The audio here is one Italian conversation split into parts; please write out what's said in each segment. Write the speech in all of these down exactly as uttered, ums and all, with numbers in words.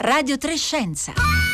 Radio tre Scienza.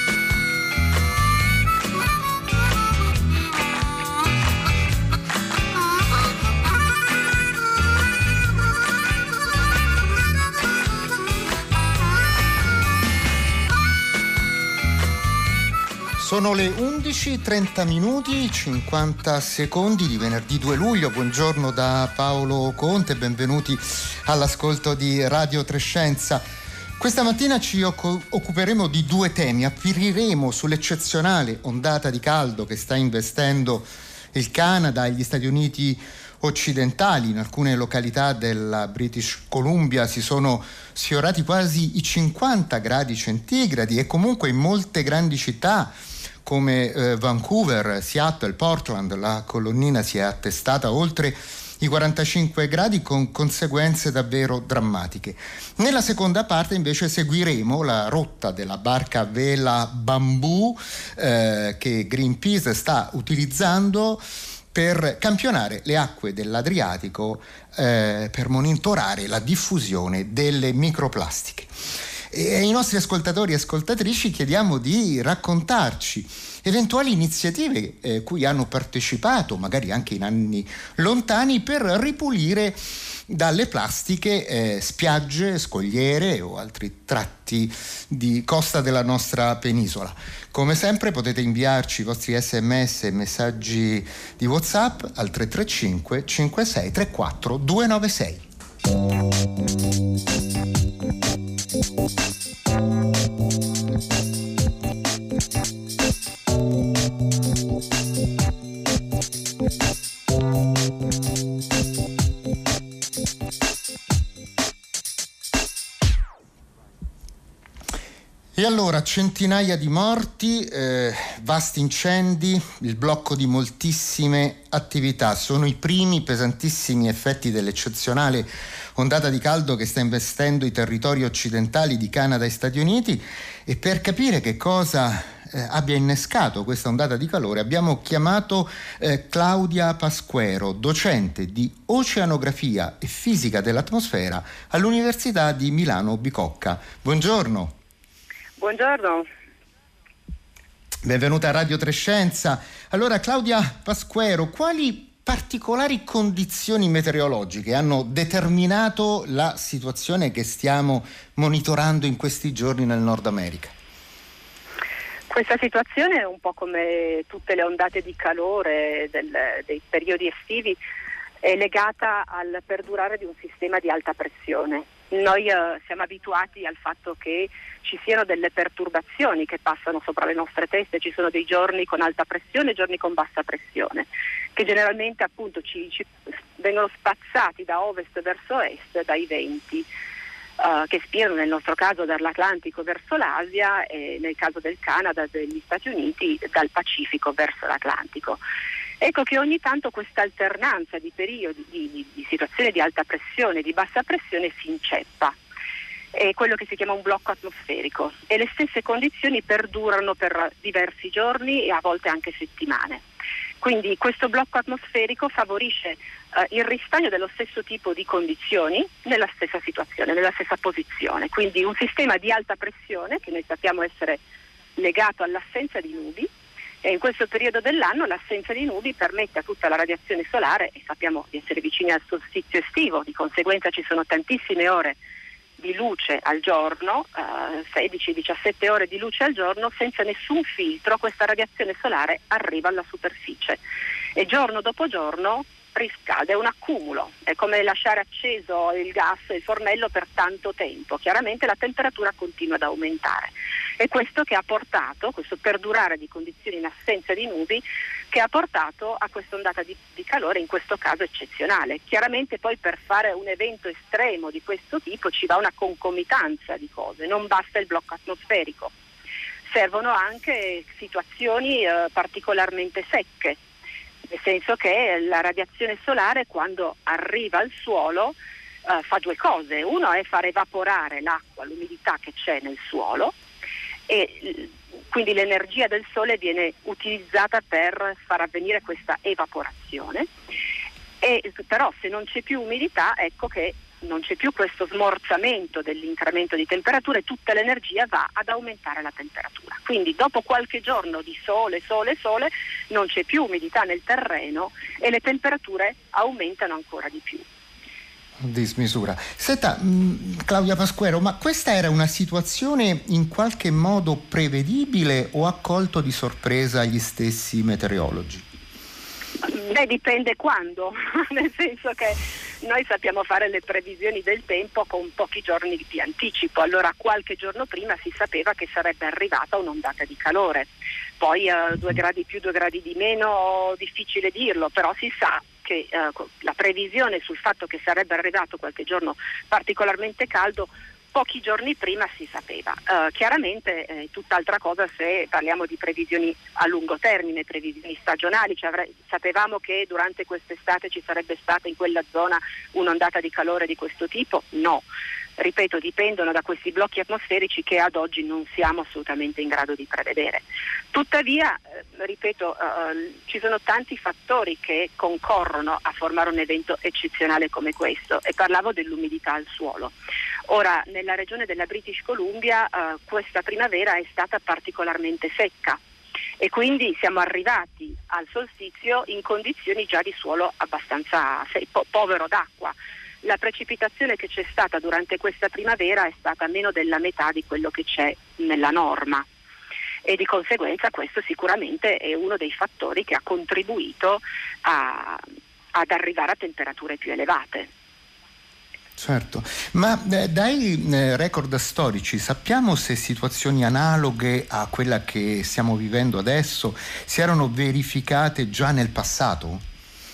Sono le undici e trenta minuti, cinquanta secondi di venerdì due luglio. Buongiorno da Paolo Conte, benvenuti all'ascolto di Radio tre Scienza. Questa mattina ci occuperemo di due temi. Apriremo sull'eccezionale ondata di caldo che sta investendo il Canada e gli Stati Uniti occidentali. In alcune località della British Columbia si sono sfiorati quasi i cinquanta gradi centigradi e comunque in molte grandi città come eh, Vancouver, Seattle, Portland, la colonnina si è attestata oltre i quarantacinque gradi con conseguenze davvero drammatiche. Nella seconda parte invece seguiremo la rotta della barca a vela Bambù eh, che Greenpeace sta utilizzando per campionare le acque dell'Adriatico eh, per monitorare la diffusione delle microplastiche. E ai nostri ascoltatori e ascoltatrici chiediamo di raccontarci eventuali iniziative eh, cui hanno partecipato, magari anche in anni lontani, per ripulire dalle plastiche eh, spiagge, scogliere o altri tratti di costa della nostra penisola. Come sempre potete inviarci i vostri sms e messaggi di WhatsApp al tre tre cinque cinque sei tre quattro due nove sei. E allora, centinaia di morti, eh, vasti incendi, il blocco di moltissime attività. Sono i primi pesantissimi effetti dell'eccezionale ondata di caldo che sta investendo i territori occidentali di Canada e Stati Uniti. E per capire che cosa eh, abbia innescato questa ondata di calore abbiamo chiamato eh, Claudia Pasquero, docente di oceanografia e fisica dell'atmosfera all'Università di Milano Bicocca. Buongiorno. Buongiorno. Benvenuta a Radio tre Scienza. Allora, Claudia Pasquero, quali particolari condizioni meteorologiche hanno determinato la situazione che stiamo monitorando in questi giorni nel Nord America? Questa situazione è un po' come tutte le ondate di calore del, dei periodi estivi, è legata al perdurare di un sistema di alta pressione. Noi eh, siamo abituati al fatto che ci siano delle perturbazioni che passano sopra le nostre teste, ci sono dei giorni con alta pressione e giorni con bassa pressione, che generalmente appunto ci, ci vengono spazzati da ovest verso est dai venti uh, che spirano nel nostro caso dall'Atlantico verso l'Asia e nel caso del Canada e degli Stati Uniti dal Pacifico verso l'Atlantico. Ecco che ogni tanto questa alternanza di periodi, di, di, di situazioni di alta pressione e di bassa pressione si inceppa. È quello che si chiama un blocco atmosferico e le stesse condizioni perdurano per diversi giorni e a volte anche settimane. Quindi questo blocco atmosferico favorisce eh, il ristagno dello stesso tipo di condizioni nella stessa situazione, nella stessa posizione. Quindi un sistema di alta pressione che noi sappiamo essere legato all'assenza di nubi. E in questo periodo dell'anno l'assenza di nubi permette a tutta la radiazione solare, e sappiamo di essere vicini al solstizio estivo, di conseguenza ci sono tantissime ore di luce al giorno, eh, sedici diciassette ore di luce al giorno, senza nessun filtro questa radiazione solare arriva alla superficie e giorno dopo giorno riscalda, è un accumulo, è come lasciare acceso il gas, il fornello per tanto tempo, chiaramente la temperatura continua ad aumentare. È questo che ha portato, questo perdurare di condizioni in assenza di nubi, che ha portato a questa ondata di, di calore, in questo caso eccezionale. Chiaramente poi per fare un evento estremo di questo tipo ci va una concomitanza di cose, non basta il blocco atmosferico, servono anche situazioni eh, particolarmente secche, nel senso che la radiazione solare quando arriva al suolo eh, fa due cose. Uno è far evaporare l'acqua, l'umidità che c'è nel suolo, e quindi l'energia del sole viene utilizzata per far avvenire questa evaporazione. E però se non c'è più umidità, ecco che non c'è più questo smorzamento dell'incremento di temperature, tutta l'energia va ad aumentare la temperatura. Quindi dopo qualche giorno di sole, sole, sole, non c'è più umidità nel terreno e le temperature aumentano ancora di più. Dismisura. Senta, mh, Claudia Pasquero, ma questa era una situazione in qualche modo prevedibile o ha colto di sorpresa gli stessi meteorologi? Beh, dipende quando, nel senso che noi sappiamo fare le previsioni del tempo con pochi giorni di anticipo, allora qualche giorno prima si sapeva che sarebbe arrivata un'ondata di calore, poi uh, due gradi più, due gradi di meno, difficile dirlo, però si sa che uh, la previsione sul fatto che sarebbe arrivato qualche giorno particolarmente caldo pochi giorni prima si sapeva. Uh, chiaramente è eh, tutt'altra cosa se parliamo di previsioni a lungo termine, previsioni stagionali, cioè avre- sapevamo che durante quest'estate ci sarebbe stata in quella zona un'ondata di calore di questo tipo? No. Ripeto, dipendono da questi blocchi atmosferici che ad oggi non siamo assolutamente in grado di prevedere. Tuttavia, eh, ripeto, eh, ci sono tanti fattori che concorrono a formare un evento eccezionale come questo, e parlavo dell'umidità al suolo. Ora, nella regione della British Columbia eh, questa primavera è stata particolarmente secca e quindi siamo arrivati al solstizio in condizioni già di suolo abbastanza se- po- povero d'acqua. La precipitazione che c'è stata durante questa primavera è stata meno della metà di quello che c'è nella norma e di conseguenza questo sicuramente è uno dei fattori che ha contribuito a, ad arrivare a temperature più elevate. Certo, ma eh, dai eh, record storici sappiamo se situazioni analoghe a quella che stiamo vivendo adesso si erano verificate già nel passato?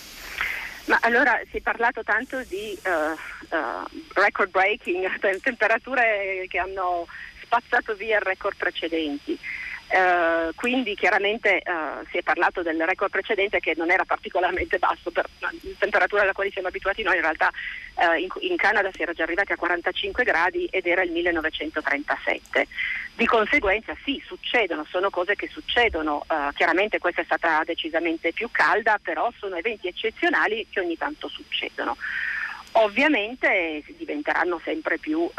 Ma allora si è parlato tanto di uh, uh, record breaking, temperature che hanno spazzato via i record precedenti. Uh, quindi chiaramente uh, si è parlato del record precedente che non era particolarmente basso per la temperatura alla quale siamo abituati noi, in realtà uh, in, in Canada si era già arrivati a quarantacinque gradi ed era il millenovecentotrentasette. Di conseguenza sì, succedono, sono cose che succedono, uh, chiaramente questa è stata decisamente più calda, però sono eventi eccezionali che ogni tanto succedono. Ovviamente diventeranno sempre più uh,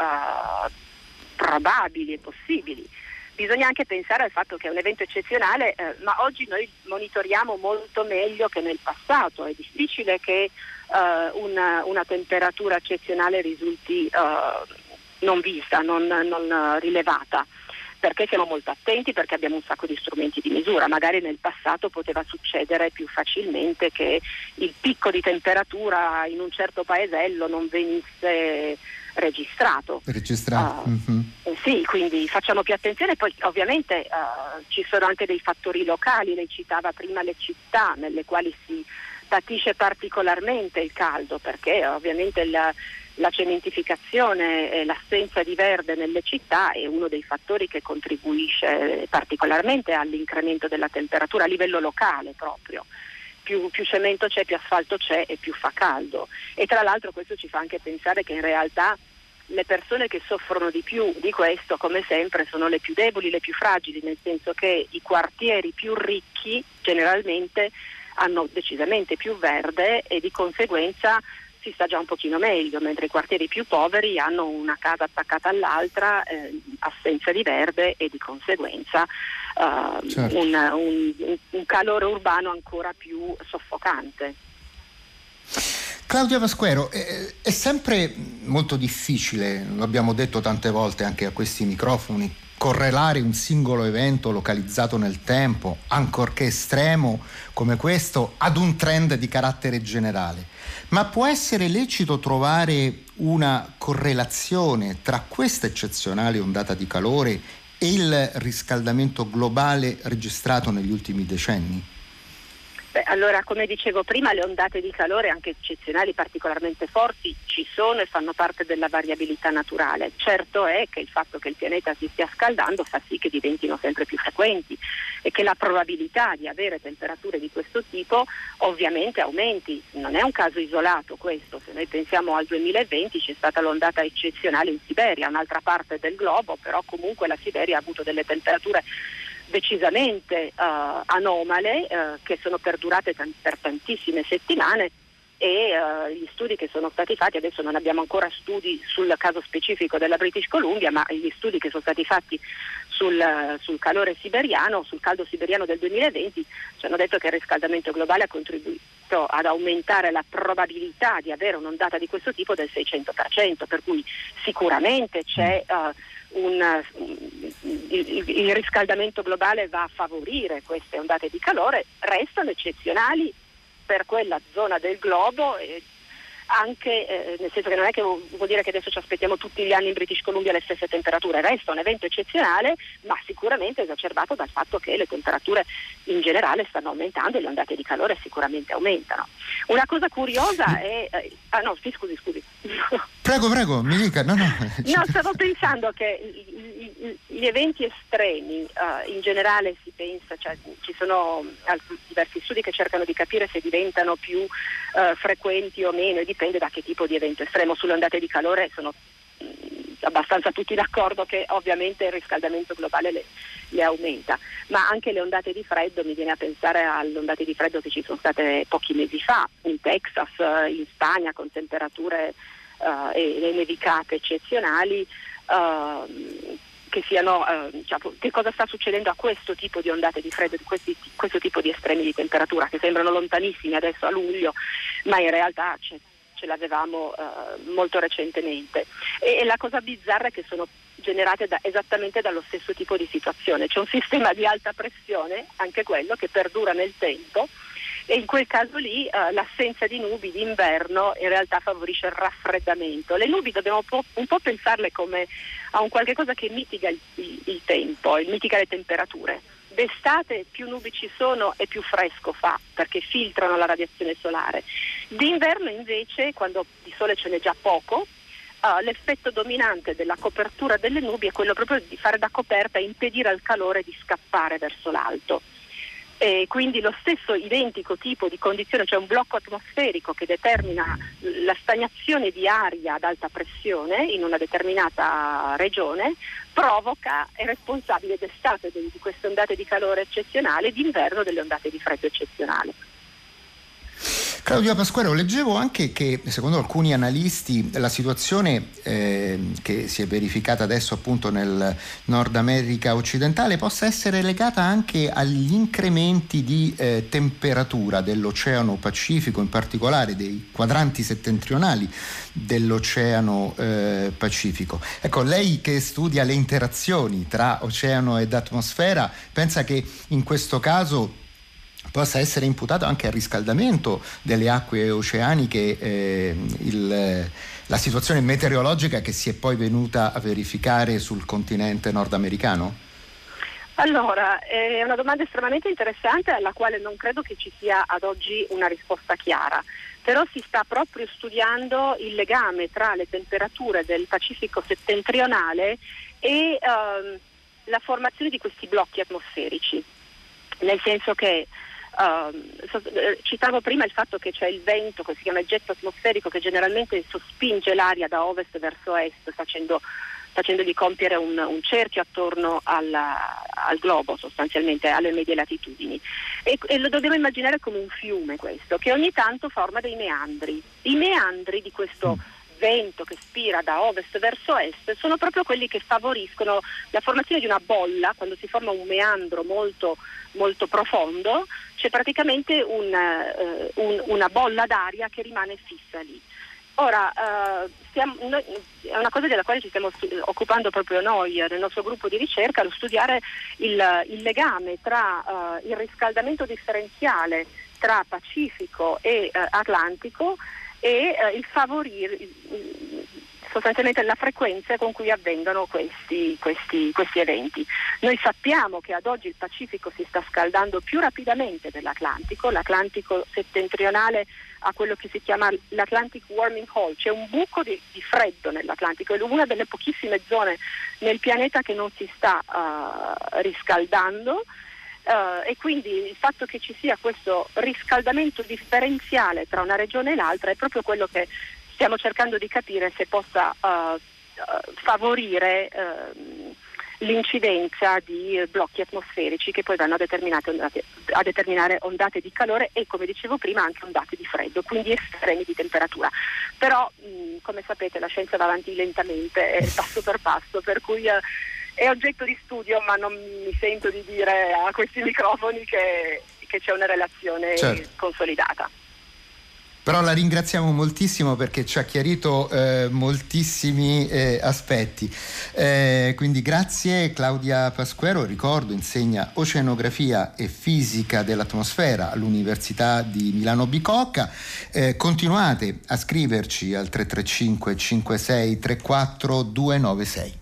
probabili e possibili. Bisogna anche pensare al fatto che è un evento eccezionale, eh, ma oggi noi monitoriamo molto meglio che nel passato. È difficile che eh, una, una temperatura eccezionale risulti eh, non vista, non, non rilevata, perché siamo molto attenti, perché abbiamo un sacco di strumenti di misura. Magari nel passato poteva succedere più facilmente che il picco di temperatura in un certo paesello non venisse registrato. Registrato. Uh, mm-hmm. eh, sì, quindi facciamo più attenzione. Poi ovviamente uh, ci sono anche dei fattori locali, lei citava prima le città nelle quali si patisce particolarmente il caldo, perché ovviamente la, la cementificazione e l'assenza di verde nelle città è uno dei fattori che contribuisce particolarmente all'incremento della temperatura a livello locale proprio. Più, più cemento c'è, più asfalto c'è e più fa caldo. E tra l'altro questo ci fa anche pensare che in realtà le persone che soffrono di più di questo, come sempre, sono le più deboli, le più fragili, nel senso che i quartieri più ricchi generalmente hanno decisamente più verde e di conseguenza si sta già un pochino meglio, mentre i quartieri più poveri hanno una casa attaccata all'altra, eh, assenza di verde e di conseguenza uh, certo. un, un, un calore urbano ancora più soffocante. Claudia Pasquero, è, è sempre molto difficile, lo abbiamo detto tante volte anche a questi microfoni, correlare un singolo evento localizzato nel tempo, ancorché estremo come questo, ad un trend di carattere generale. Ma può essere lecito trovare una correlazione tra questa eccezionale ondata di calore e il riscaldamento globale registrato negli ultimi decenni? Beh, allora, come dicevo prima, le ondate di calore anche eccezionali, particolarmente forti, ci sono e fanno parte della variabilità naturale. Certo è che il fatto che il pianeta si stia scaldando fa sì che diventino sempre più frequenti e che la probabilità di avere temperature di questo tipo ovviamente aumenti. Non è un caso isolato questo. Se noi pensiamo al duemilaventi c'è stata l'ondata eccezionale in Siberia, un'altra parte del globo, però comunque la Siberia ha avuto delle temperature decisamente uh, anomale uh, che sono perdurate t- per tantissime settimane e uh, gli studi che sono stati fatti, adesso non abbiamo ancora studi sul caso specifico della British Columbia, ma gli studi che sono stati fatti sul, uh, sul calore siberiano, sul caldo siberiano del duemilaventi, ci hanno detto che il riscaldamento globale ha contribuito ad aumentare la probabilità di avere un'ondata di questo tipo del seicento per cento, per cui sicuramente c'è uh, un, uh, il, il riscaldamento globale va a favorire queste ondate di calore, restano eccezionali per quella zona del globo, eh, anche eh, nel senso che non è che vuol dire che adesso ci aspettiamo tutti gli anni in British Columbia le stesse temperature, resta un evento eccezionale, ma sicuramente esacerbato dal fatto che le temperature in generale stanno aumentando e le ondate di calore sicuramente aumentano. Una cosa curiosa è eh, ah no, sì, scusi, scusi. Prego, prego, mi dica. No, no. No, stavo pensando che gli eventi estremi uh, in generale si pensa, cioè ci sono diversi studi che cercano di capire se diventano più uh, frequenti o meno, e dipende da che tipo di evento estremo. Sulle ondate di calore sono mh, abbastanza tutti d'accordo che ovviamente il riscaldamento globale le, le aumenta, ma anche le ondate di freddo, mi viene a pensare alle ondate di freddo che ci sono state pochi mesi fa in Texas, in Spagna, con temperature uh, e, e nevicate eccezionali. Uh, che siano uh, diciamo, che cosa sta succedendo a questo tipo di ondate di freddo, di questi, questo tipo di estremi di temperatura che sembrano lontanissimi adesso a luglio, ma in realtà ce, ce l'avevamo uh, molto recentemente. E, e la cosa bizzarra è che sono generate da, esattamente dallo stesso tipo di situazione. C'è un sistema di alta pressione, anche quello, che perdura nel tempo, e in quel caso lì uh, l'assenza di nubi d'inverno in realtà favorisce il raffreddamento. Le nubi dobbiamo po- un po' pensarle come a un qualche cosa che mitiga il, il, il tempo, mitiga le temperature. D'estate più nubi ci sono e più fresco fa, perché filtrano la radiazione solare. D'inverno invece, quando di sole ce n'è già poco, uh, l'effetto dominante della copertura delle nubi è quello proprio di fare da coperta e impedire al calore di scappare verso l'alto. E quindi lo stesso identico tipo di condizione, cioè un blocco atmosferico che determina la stagnazione di aria ad alta pressione in una determinata regione, provoca, è responsabile d'estate di queste ondate di calore eccezionali, d'inverno delle ondate di freddo eccezionali. Claudia Pasquero, leggevo anche che secondo alcuni analisti la situazione eh, che si è verificata adesso appunto nel Nord America occidentale possa essere legata anche agli incrementi di eh, temperatura dell'Oceano Pacifico, in particolare dei quadranti settentrionali dell'Oceano eh, Pacifico. Ecco, lei che studia le interazioni tra oceano ed atmosfera, pensa che in questo caso possa essere imputato anche al riscaldamento delle acque oceaniche eh, il, la situazione meteorologica che si è poi venuta a verificare sul continente nordamericano? Allora, è una domanda estremamente interessante alla quale non credo che ci sia ad oggi una risposta chiara, però si sta proprio studiando il legame tra le temperature del Pacifico settentrionale e ehm, la formazione di questi blocchi atmosferici, nel senso che Uh, so, eh, citavo prima il fatto che c'è il vento, che si chiama il getto atmosferico, che generalmente sospinge l'aria da ovest verso est, facendo, facendogli compiere un, un cerchio attorno alla, al globo, sostanzialmente alle medie latitudini, e, e lo dobbiamo immaginare come un fiume questo, che ogni tanto forma dei meandri. I meandri di questo vento che spira da ovest verso est sono proprio quelli che favoriscono la formazione di una bolla. Quando si forma un meandro molto molto profondo, c'è praticamente un, uh, un, una bolla d'aria che rimane fissa lì. Ora, uh, stiamo, noi, è una cosa della quale ci stiamo stu- occupando proprio noi nel nostro gruppo di ricerca, lo studiare il, il legame tra uh, il riscaldamento differenziale tra Pacifico e uh, Atlantico e uh, il favorire il, sostanzialmente la frequenza con cui avvengono questi, questi, questi eventi. Noi sappiamo che ad oggi il Pacifico si sta scaldando più rapidamente dell'Atlantico. L'Atlantico settentrionale ha quello che si chiama l'Atlantic Warming Hole, c'è un buco di, di freddo nell'Atlantico, è una delle pochissime zone nel pianeta che non si sta uh, riscaldando. Uh, e quindi il fatto che ci sia questo riscaldamento differenziale tra una regione e l'altra è proprio quello che stiamo cercando di capire se possa uh, uh, favorire uh, l'incidenza di blocchi atmosferici che poi vanno a, ondate, a determinare ondate di calore e, come dicevo prima, anche ondate di freddo, quindi estremi di temperatura. Però mh, come sapete la scienza va avanti lentamente, eh, passo per passo, per cui eh, è oggetto di studio, ma non mi sento di dire a questi microfoni che, che c'è una relazione certo. consolidata. Però la ringraziamo moltissimo perché ci ha chiarito eh, moltissimi eh, aspetti. Eh, quindi grazie Claudia Pasquero, ricordo insegna oceanografia e fisica dell'atmosfera all'Università di Milano Bicocca. Eh, continuate a scriverci al tre tre cinque cinque sei tre quattro due nove sei.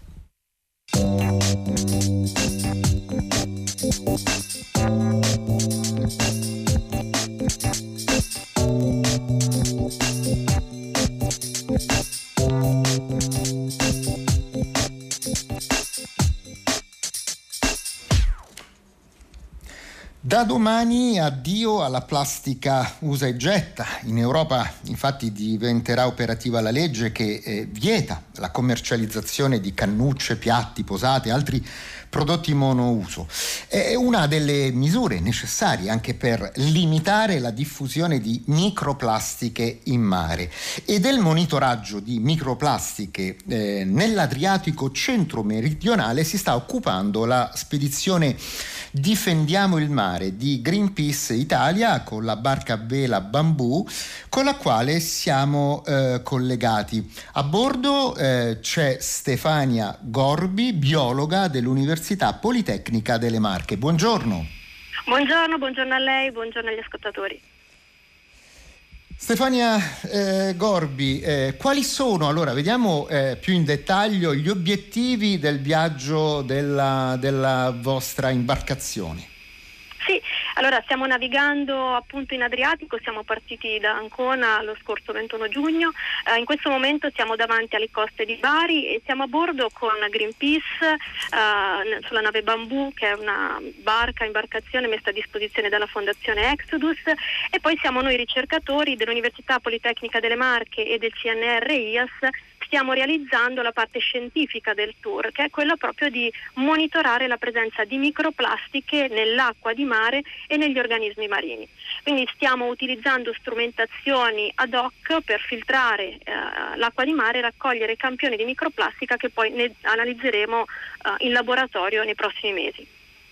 Da domani addio alla plastica usa e getta. In Europa infatti diventerà operativa la legge che eh, vieta la commercializzazione di cannucce, piatti, posate, altri prodotti monouso. È una delle misure necessarie anche per limitare la diffusione di microplastiche in mare e del monitoraggio di microplastiche eh, nell'Adriatico centro-meridionale si sta occupando la spedizione Difendiamo il mare di Greenpeace Italia con la barca a vela Bambù con la quale siamo eh, collegati. A bordo eh, c'è Stefania Gorbi, biologa dell'Università Politecnica delle Marche. Buongiorno. Buongiorno, buongiorno a lei, buongiorno agli ascoltatori. Stefania eh, Gorbi, eh, quali sono, allora vediamo eh, più in dettaglio gli obiettivi del viaggio della, della vostra imbarcazione? Sì, allora stiamo navigando appunto in Adriatico, siamo partiti da Ancona lo scorso ventuno giugno, eh, in questo momento siamo davanti alle coste di Bari e siamo a bordo con Greenpeace eh, sulla nave Bambù, che è una barca, imbarcazione messa a disposizione dalla Fondazione Exodus, e poi siamo noi ricercatori dell'Università Politecnica delle Marche e del C N R I A S. Stiamo realizzando la parte scientifica del tour, che è quella proprio di monitorare la presenza di microplastiche nell'acqua di mare e negli organismi marini. Quindi stiamo utilizzando strumentazioni ad hoc per filtrare eh, l'acqua di mare e raccogliere campioni di microplastica che poi ne analizzeremo eh, in laboratorio nei prossimi mesi.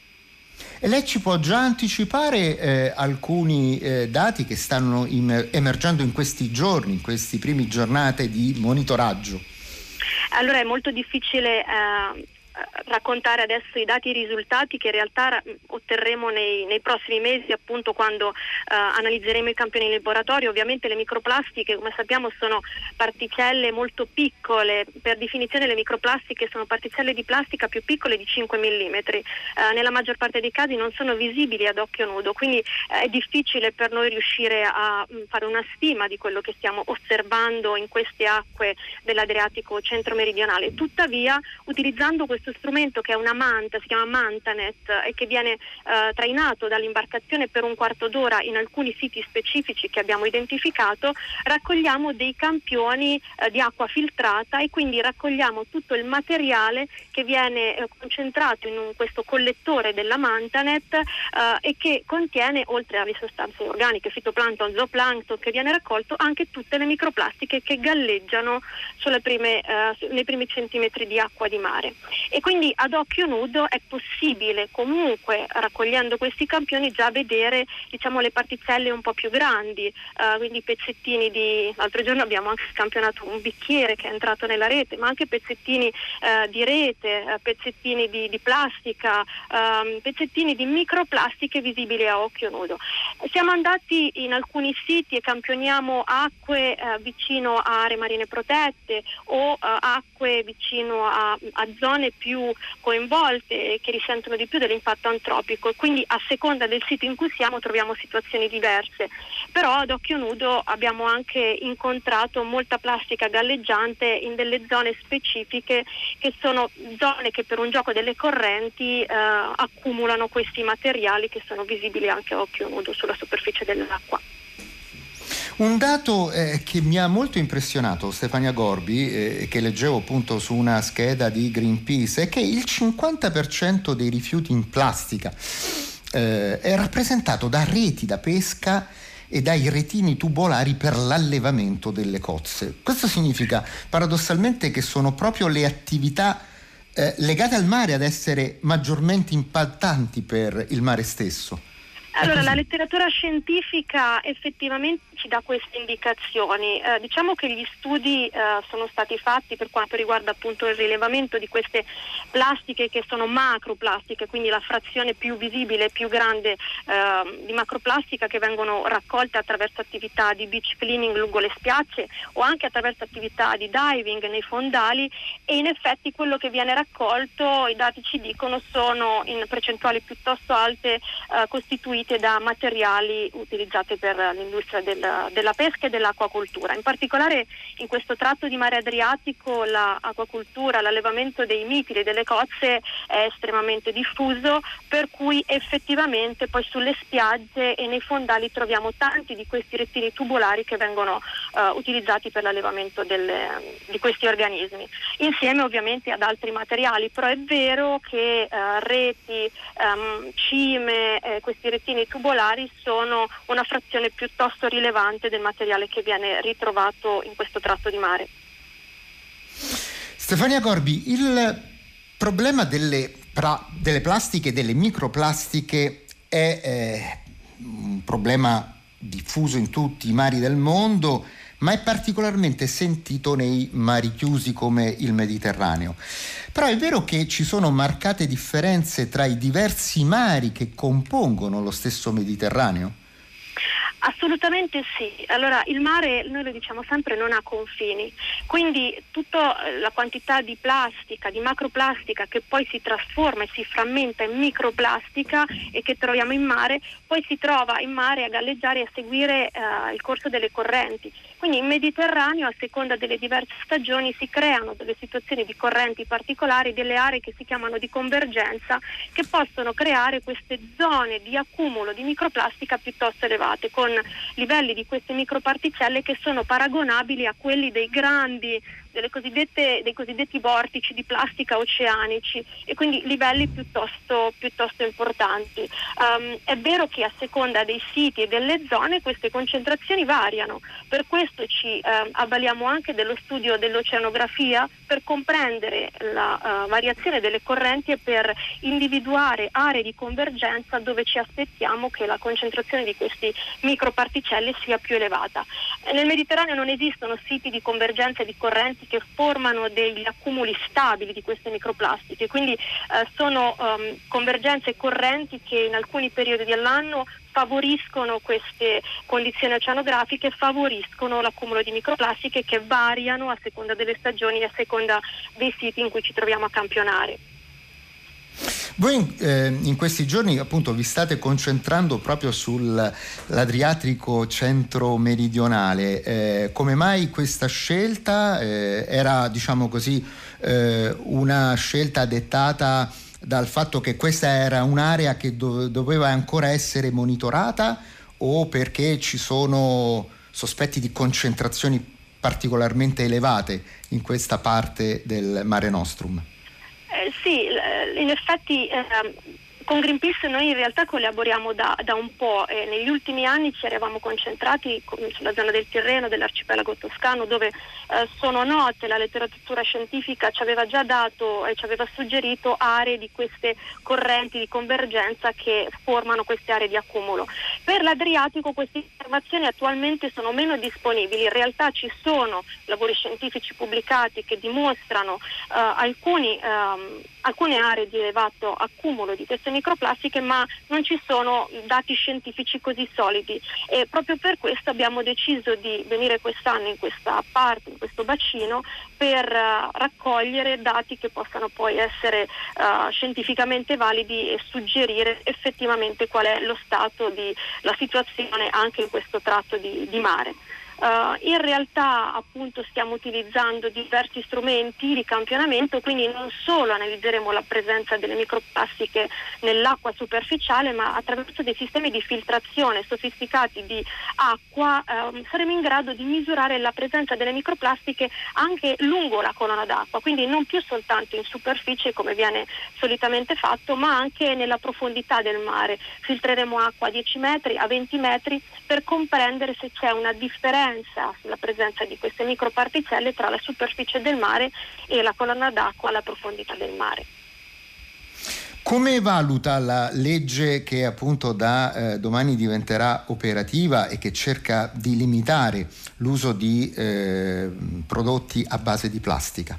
E lei ci può già anticipare eh, alcuni eh, dati che stanno im- emergendo in questi giorni, in questi primi giornate di monitoraggio? Allora è molto difficile eh, raccontare adesso i dati e i risultati che in realtà otterremo nei, nei prossimi mesi, appunto quando eh, analizzeremo i campioni in laboratorio. Ovviamente le microplastiche, come sappiamo, sono particelle molto piccole. Per definizione le microplastiche sono particelle di plastica più piccole di cinque millimetri. Eh, nella maggior parte dei casi non sono visibili ad occhio nudo, quindi eh, è difficile per noi riuscire a mh, fare una stima di quello che stiamo osservando in queste acque dell'Adriatico centro-meridionale. Tuttavia, utilizzando questo strumento che è una manta, si chiama Mantanet, e che viene eh, trainato dall'imbarcazione per un quarto d'ora in alcuni siti specifici che abbiamo identificato, raccogliamo dei campioni eh, di acqua filtrata e quindi raccogliamo tutto il materiale che viene eh, concentrato in un, questo collettore della Mantanet eh, e che contiene, oltre alle sostanze organiche, fitoplancton, zooplancton, che viene raccolto, anche tutte le microplastiche che galleggiano sulle prime, eh, nei primi centimetri di acqua di mare. E quindi ad occhio nudo è possibile comunque, raccogliendo questi campioni, già vedere, diciamo, le particelle un po' più grandi, uh, quindi pezzettini di, l'altro giorno abbiamo anche campionato un bicchiere che è entrato nella rete, ma anche pezzettini uh, di rete, uh, pezzettini di, di plastica, um, pezzettini di microplastiche visibili a occhio nudo. Siamo andati in alcuni siti e campioniamo acque uh, vicino a aree marine protette o uh, acque vicino a, a zone più coinvolte e che risentono di più dell'impatto antropico, e quindi a seconda del sito in cui siamo troviamo situazioni diverse. Però ad occhio nudo abbiamo anche incontrato molta plastica galleggiante in delle zone specifiche, che sono zone che per un gioco delle correnti eh, accumulano questi materiali che sono visibili anche a occhio nudo sulla superficie dell'acqua. Un dato eh, che mi ha molto impressionato, Stefania Gorbi, eh, che leggevo appunto su una scheda di Greenpeace, è che il cinquanta per cento dei rifiuti in plastica eh, è rappresentato da reti da pesca e dai retini tubolari per l'allevamento delle cozze. Questo significa paradossalmente che sono proprio le attività eh, legate al mare ad essere maggiormente impattanti per il mare stesso. Allora, la letteratura scientifica effettivamente ci dà queste indicazioni. Eh, diciamo che gli studi eh, sono stati fatti per quanto riguarda appunto il rilevamento di queste plastiche che sono macroplastiche, quindi la frazione più visibile e più grande eh, di macroplastica che vengono raccolte attraverso attività di beach cleaning lungo le spiagge o anche attraverso attività di diving nei fondali, e in effetti quello che viene raccolto, i dati ci dicono, sono in percentuali piuttosto alte eh, costituite da materiali utilizzati per l'industria del, della pesca e dell'acquacoltura. In particolare in questo tratto di mare Adriatico l'acquacoltura, l'allevamento dei mitili e delle cozze è estremamente diffuso, per cui effettivamente poi sulle spiagge e nei fondali troviamo tanti di questi rettili tubolari che vengono uh, utilizzati per l'allevamento delle, di questi organismi, insieme ovviamente ad altri materiali. Però è vero che uh, reti, um, cime, eh, questi rettili tubolari sono una frazione piuttosto rilevante del materiale che viene ritrovato in questo tratto di mare. Stefania Gorbi, il problema delle, pra- delle plastiche, delle microplastiche è eh, un problema diffuso in tutti i mari del mondo, ma è particolarmente sentito nei mari chiusi come il Mediterraneo. Però è vero che ci sono marcate differenze tra i diversi mari che compongono lo stesso Mediterraneo? Assolutamente sì. Allora, il mare, noi lo diciamo sempre, non ha confini, quindi tutta la quantità di plastica, di macroplastica che poi si trasforma e si frammenta in microplastica e che troviamo in mare, poi si trova in mare a galleggiare e a seguire uh, il corso delle correnti. Quindi in Mediterraneo, a seconda delle diverse stagioni, si creano delle situazioni di correnti particolari, delle aree che si chiamano di convergenza, che possono creare queste zone di accumulo di microplastica piuttosto elevate, con livelli di queste microparticelle che sono paragonabili a quelli dei grandi, delle cosiddette, dei cosiddetti vortici di plastica oceanici, e quindi livelli piuttosto, piuttosto importanti. Um, è vero che a seconda dei siti e delle zone queste concentrazioni variano, per questo ci eh, avvaliamo anche dello studio dell'oceanografia per comprendere la uh, variazione delle correnti e per individuare aree di convergenza dove ci aspettiamo che la concentrazione di questi microparticelle sia più elevata. E nel Mediterraneo non esistono siti di convergenza e di correnti che formano degli accumuli stabili di queste microplastiche, quindi eh, sono um, convergenze e correnti che in alcuni periodi dell'anno favoriscono queste condizioni oceanografiche, favoriscono l'accumulo di microplastiche che variano a seconda delle stagioni e a seconda dei siti in cui ci troviamo a campionare. Voi eh, in questi giorni appunto vi state concentrando proprio sull'Adriatico centro-meridionale. Eh, come mai questa scelta? Eh, era, diciamo così, eh, una scelta dettata dal fatto che questa era un'area che do- doveva ancora essere monitorata, o perché ci sono sospetti di concentrazioni particolarmente elevate in questa parte del Mare Nostrum? Eh, sì, in effetti eh, con Greenpeace noi in realtà collaboriamo da, da un po', e negli ultimi anni ci eravamo concentrati sulla zona del Tirreno, dell'arcipelago toscano, dove eh, sono note, la letteratura scientifica ci aveva già dato e ci aveva suggerito aree di queste correnti di convergenza che formano queste aree di accumulo. Per l'Adriatico queste informazioni attualmente sono meno disponibili, in realtà ci sono lavori scientifici pubblicati che dimostrano eh, alcuni, ehm, alcune aree di elevato accumulo di queste microplastiche, ma non ci sono dati scientifici così solidi, e proprio per questo abbiamo deciso di venire quest'anno in questa parte, in questo bacino, per uh, raccogliere dati che possano poi essere uh, scientificamente validi e suggerire effettivamente qual è lo stato di la situazione anche in questo tratto di, di mare. Uh, in realtà appunto stiamo utilizzando diversi strumenti di campionamento, quindi non solo analizzeremo la presenza delle microplastiche nell'acqua superficiale, ma attraverso dei sistemi di filtrazione sofisticati di acqua um, saremo in grado di misurare la presenza delle microplastiche anche lungo la colonna d'acqua, quindi non più soltanto in superficie come viene solitamente fatto, ma anche nella profondità del mare. Filtreremo acqua a dieci metri, a venti metri, per comprendere se c'è una differenza sulla presenza di queste microparticelle tra la superficie del mare e la colonna d'acqua alla profondità del mare. Come valuta la legge che appunto da eh, domani diventerà operativa e che cerca di limitare l'uso di eh, prodotti a base di plastica?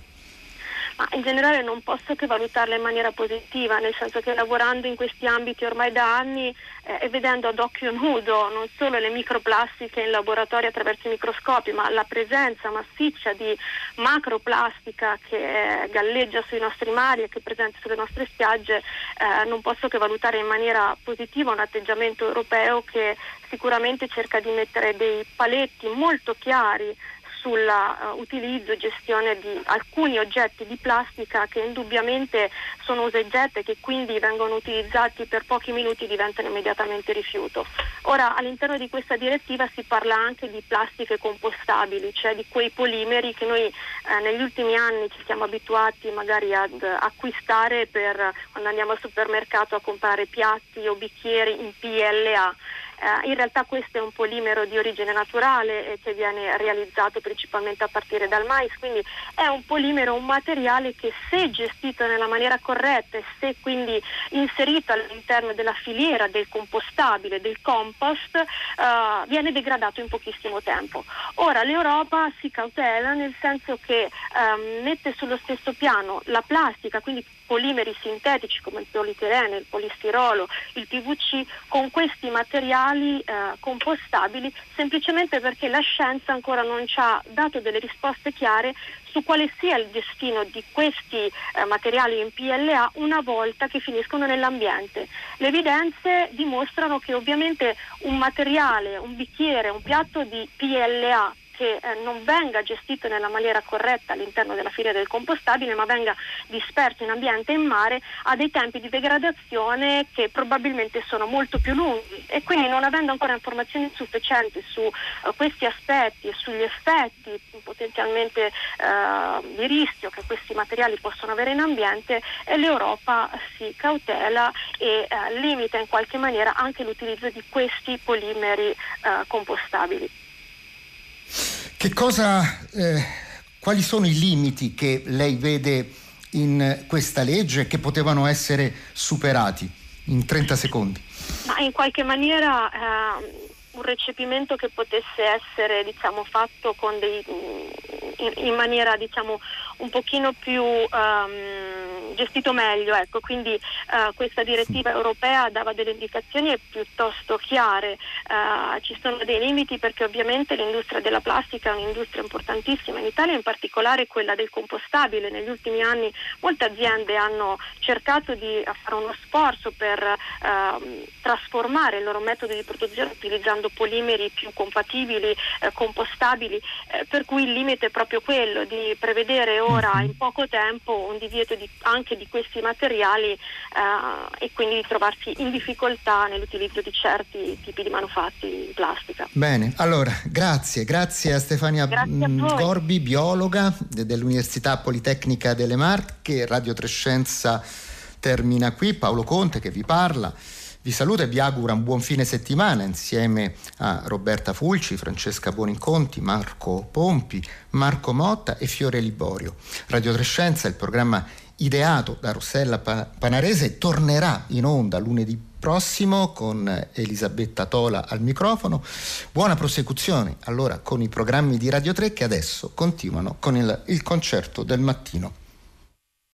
Ma in generale non posso che valutarla in maniera positiva, nel senso che lavorando in questi ambiti ormai da anni eh, e vedendo ad occhio nudo non solo le microplastiche in laboratorio attraverso i microscopi, ma la presenza massiccia di macroplastica che eh, galleggia sui nostri mari e che è presente sulle nostre spiagge, eh, non posso che valutare in maniera positiva un atteggiamento europeo che sicuramente cerca di mettere dei paletti molto chiari sull'utilizzo uh, e gestione di alcuni oggetti di plastica che indubbiamente sono usa e getta e che quindi vengono utilizzati per pochi minuti e diventano immediatamente rifiuto. Ora, all'interno di questa direttiva si parla anche di plastiche compostabili, cioè di quei polimeri che noi eh, negli ultimi anni ci siamo abituati magari ad acquistare per quando andiamo al supermercato a comprare piatti o bicchieri in P L A. Uh, in realtà questo è un polimero di origine naturale eh, che viene realizzato principalmente a partire dal mais, quindi è un polimero, un materiale che se gestito nella maniera corretta e se quindi inserito all'interno della filiera del compostabile, del compost, uh, viene degradato in pochissimo tempo. Ora l'Europa si cautela nel senso che um, mette sullo stesso piano la plastica, quindi polimeri sintetici come il polietilene, il polistirolo, il P V C, con questi materiali Eh, compostabili, semplicemente perché la scienza ancora non ci ha dato delle risposte chiare su quale sia il destino di questi eh, materiali in P L A una volta che finiscono nell'ambiente. Le evidenze dimostrano che ovviamente un materiale, un bicchiere, un piatto di P L A che eh, non venga gestito nella maniera corretta all'interno della filiera del compostabile, ma venga disperso in ambiente e in mare, ha dei tempi di degradazione che probabilmente sono molto più lunghi, e quindi non avendo ancora informazioni sufficienti su uh, questi aspetti e sugli effetti potenzialmente uh, di rischio che questi materiali possono avere in ambiente, eh, l'Europa si cautela e uh, limita in qualche maniera anche l'utilizzo di questi polimeri uh, compostabili. Che cosa, eh, quali sono i limiti che lei vede in questa legge che potevano essere superati in trenta secondi? Ma in qualche maniera eh, un recepimento che potesse essere, diciamo, fatto con dei in, in maniera, diciamo, un pochino più um, gestito meglio, ecco, quindi uh, questa direttiva europea dava delle indicazioni piuttosto chiare. Uh, ci sono dei limiti perché ovviamente l'industria della plastica è un'industria importantissima in Italia, in particolare quella del compostabile. Negli ultimi anni molte aziende hanno cercato di fare uno sforzo per uh, trasformare il loro metodo di produzione utilizzando polimeri più compatibili, eh, compostabili, eh, per cui il limite è proprio quello di prevedere ora in poco tempo un divieto di, anche di questi materiali eh, e quindi di trovarsi in difficoltà nell'utilizzo di certi tipi di manufatti in plastica. Bene, allora grazie, grazie a Stefania grazie a Gorbi, biologa dell'Università Politecnica delle Marche. Radio Trescenza termina qui. Paolo Conte che vi parla vi saluta e vi augura un buon fine settimana insieme a Roberta Fulci, Francesca Buoninconti, Marco Pompi, Marco Motta e Fiore Liborio. Radio Trescenza, il programma ideato da Rossella Panarese, tornerà in onda lunedì prossimo con Elisabetta Tola al microfono. Buona prosecuzione allora con i programmi di Radio tre che adesso continuano con il, il concerto del mattino.